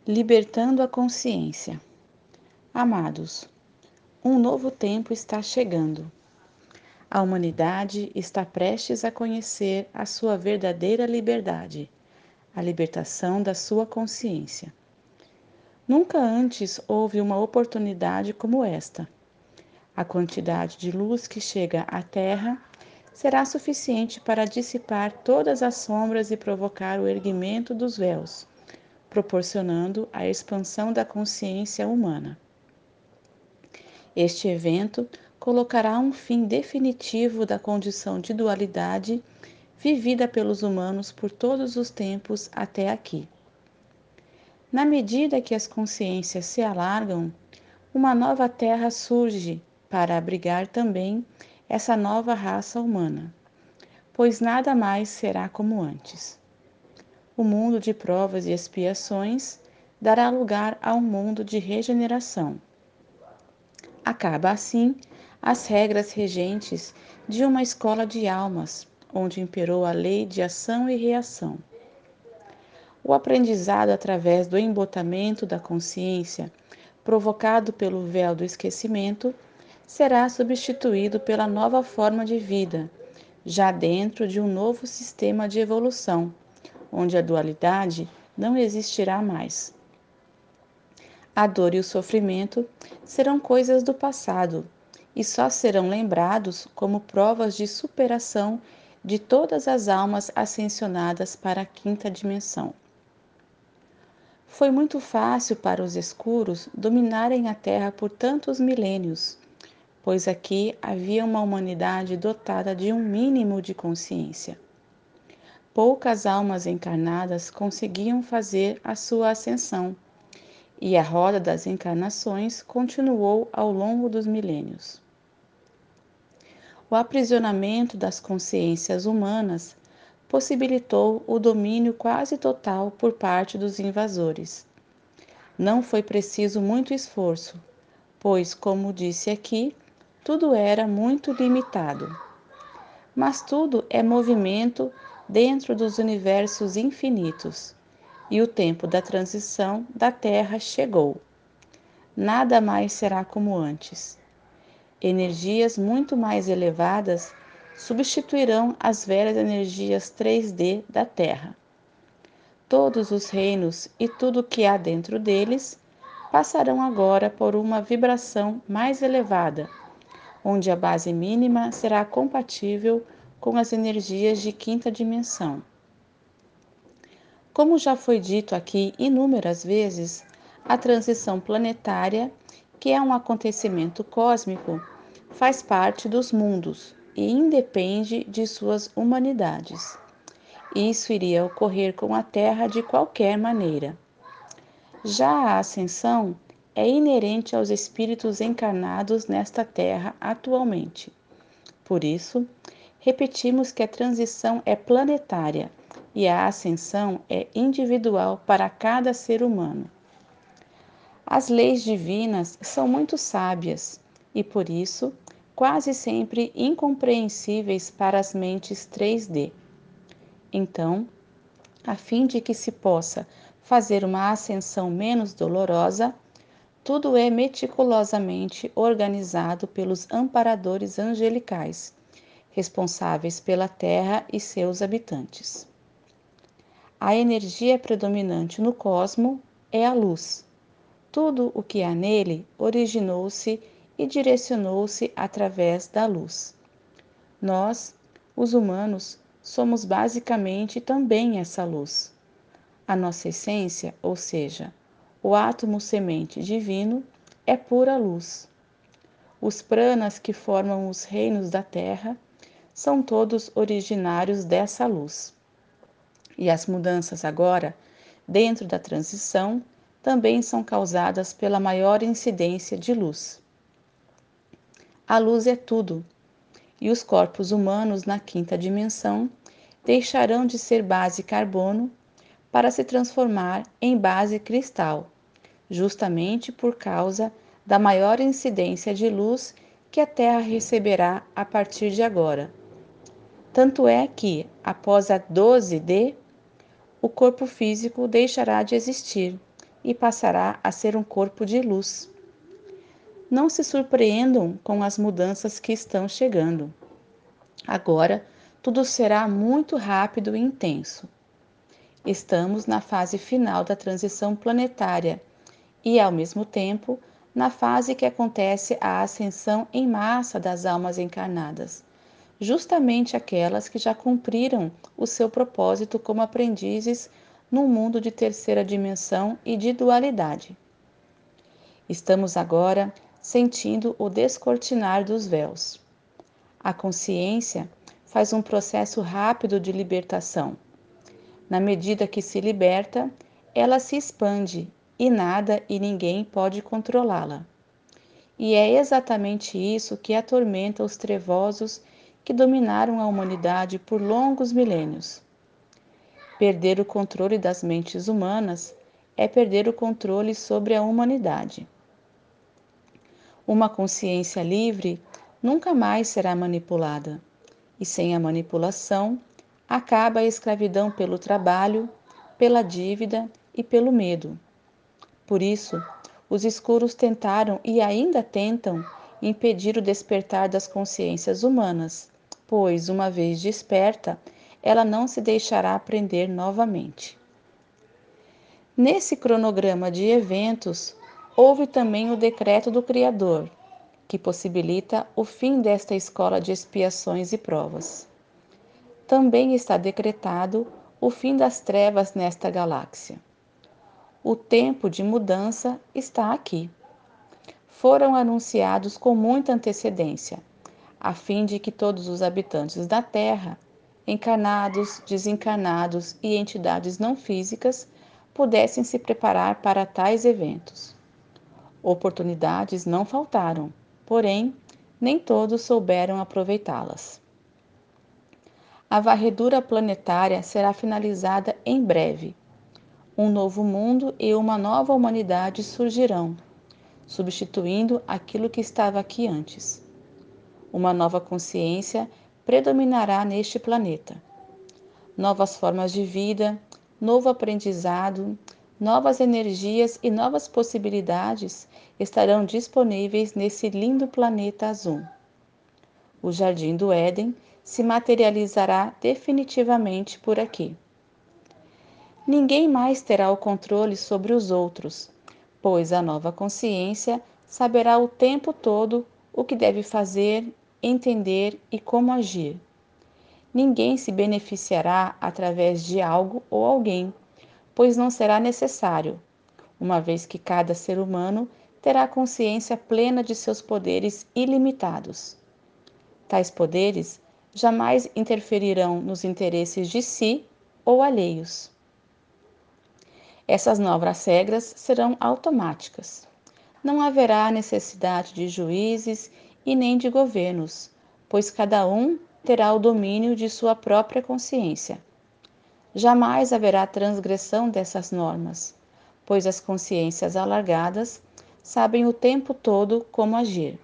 Libertando a consciência. Amados, um novo tempo está chegando. A humanidade está prestes a conhecer a sua verdadeira liberdade, a libertação da sua consciência. Nunca antes houve uma oportunidade como esta. A quantidade de luz que chega à Terra será suficiente para dissipar todas as sombras e provocar o erguimento dos véus, proporcionando a expansão da consciência humana. Este evento colocará um fim definitivo da condição de dualidade vivida pelos humanos por todos os tempos até aqui. Na medida que as consciências se alargam, uma nova terra surge para abrigar também essa nova raça humana, pois nada mais será como antes. O mundo de provas e expiações dará lugar a um mundo de regeneração. Acaba assim as regras regentes de uma escola de almas, onde imperou a lei de ação e reação. O aprendizado através do embotamento da consciência, provocado pelo véu do esquecimento, será substituído pela nova forma de vida, já dentro de um novo sistema de evolução, onde a dualidade não existirá mais. A dor e o sofrimento serão coisas do passado e só serão lembrados como provas de superação de todas as almas ascensionadas para a quinta dimensão. Foi muito fácil para os escuros dominarem a Terra por tantos milênios, pois aqui havia uma humanidade dotada de um mínimo de consciência. Poucas almas encarnadas conseguiam fazer a sua ascensão, e a roda das encarnações continuou ao longo dos milênios. O aprisionamento das consciências humanas possibilitou o domínio quase total por parte dos invasores. Não foi preciso muito esforço, pois, como disse aqui, tudo era muito limitado. Mas tudo é movimento dentro dos universos infinitos, e o tempo da transição da Terra chegou. Nada mais será como antes. Energias muito mais elevadas substituirão as velhas energias 3D da Terra. Todos os reinos e tudo o que há dentro deles passarão agora por uma vibração mais elevada, onde a base mínima será compatível com as energias de quinta dimensão. Como já foi dito aqui inúmeras vezes, a transição planetária, que é um acontecimento cósmico, faz parte dos mundos e independe de suas humanidades. Isso iria ocorrer com a Terra de qualquer maneira. Já a ascensão é inerente aos espíritos encarnados nesta Terra atualmente. Por isso, repetimos que a transição é planetária e a ascensão é individual para cada ser humano. As leis divinas são muito sábias e, por isso, quase sempre incompreensíveis para as mentes 3D. Então, a fim de que se possa fazer uma ascensão menos dolorosa, tudo é meticulosamente organizado pelos amparadores angelicais, responsáveis pela Terra e seus habitantes. A energia predominante no cosmo é a luz. Tudo o que há nele originou-se e direcionou-se através da luz. Nós, os humanos, somos basicamente também essa luz. A nossa essência, ou seja, o átomo semente divino, é pura luz. Os pranas que formam os reinos da Terra são todos originários dessa luz. E as mudanças agora, dentro da transição, também são causadas pela maior incidência de luz. A luz é tudo, e os corpos humanos na quinta dimensão deixarão de ser base carbono para se transformar em base cristal, justamente por causa da maior incidência de luz que a Terra receberá a partir de agora. Tanto é que, após a 12D, o corpo físico deixará de existir e passará a ser um corpo de luz. Não se surpreendam com as mudanças que estão chegando. Agora, tudo será muito rápido e intenso. Estamos na fase final da transição planetária e, ao mesmo tempo, na fase que acontece a ascensão em massa das almas encarnadas, justamente aquelas que já cumpriram o seu propósito como aprendizes num mundo de terceira dimensão e de dualidade. Estamos agora sentindo o descortinar dos véus. A consciência faz um processo rápido de libertação. Na medida que se liberta, ela se expande e nada e ninguém pode controlá-la. E é exatamente isso que atormenta os trevosos que dominaram a humanidade por longos milênios. Perder o controle das mentes humanas é perder o controle sobre a humanidade. Uma consciência livre nunca mais será manipulada, e sem a manipulação, acaba a escravidão pelo trabalho, pela dívida e pelo medo. Por isso, os escuros tentaram e ainda tentam impedir o despertar das consciências humanas, pois, uma vez desperta, ela não se deixará prender novamente. Nesse cronograma de eventos, houve também o decreto do Criador, que possibilita o fim desta escola de expiações e provas. Também está decretado o fim das trevas nesta galáxia. O tempo de mudança está aqui. Foram anunciados com muita antecedência, a fim de que todos os habitantes da Terra, encarnados, desencarnados e entidades não físicas, pudessem se preparar para tais eventos. Oportunidades não faltaram, porém, nem todos souberam aproveitá-las. A varredura planetária será finalizada em breve. Um novo mundo e uma nova humanidade surgirão, substituindo aquilo que estava aqui antes. Uma nova consciência predominará neste planeta. Novas formas de vida, novo aprendizado, novas energias e novas possibilidades estarão disponíveis nesse lindo planeta azul. O Jardim do Éden se materializará definitivamente por aqui. Ninguém mais terá o controle sobre os outros, pois a nova consciência saberá o tempo todo o que deve fazer, entender e como agir. Ninguém se beneficiará através de algo ou alguém, pois não será necessário, uma vez que cada ser humano terá consciência plena de seus poderes ilimitados. Tais poderes jamais interferirão nos interesses de si ou alheios. Essas novas regras serão automáticas. Não haverá necessidade de juízes e nem de governos, pois cada um terá o domínio de sua própria consciência. Jamais haverá transgressão dessas normas, pois as consciências alargadas sabem o tempo todo como agir.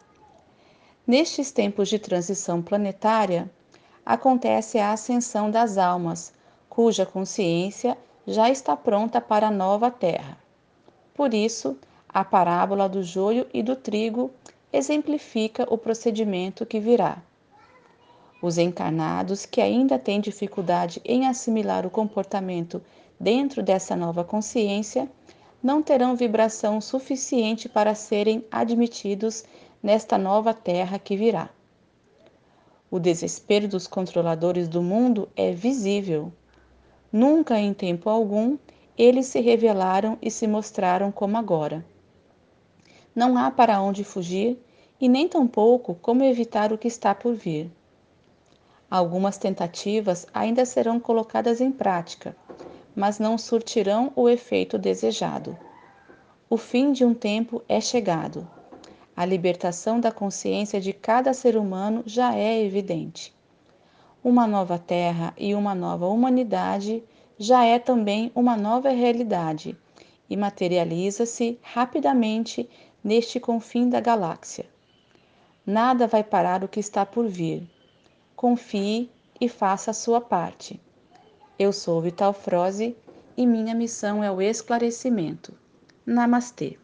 Nestes tempos de transição planetária, acontece a ascensão das almas, cuja consciência já está pronta para a nova Terra. Por isso, a parábola do joio e do trigo exemplifica o procedimento que virá. Os encarnados que ainda têm dificuldade em assimilar o comportamento dentro dessa nova consciência não terão vibração suficiente para serem admitidos nesta nova terra que virá. O desespero dos controladores do mundo é visível. Nunca em tempo algum eles se revelaram e se mostraram como agora. Não há para onde fugir e nem tampouco como evitar o que está por vir. Algumas tentativas ainda serão colocadas em prática, mas não surtirão o efeito desejado. O fim de um tempo é chegado. A libertação da consciência de cada ser humano já é evidente. Uma nova terra e uma nova humanidade já é também uma nova realidade e materializa-se rapidamente neste confim da galáxia. Nada vai parar o que está por vir. Confie e faça a sua parte. Eu sou Vital Froze e minha missão é o esclarecimento. Namastê.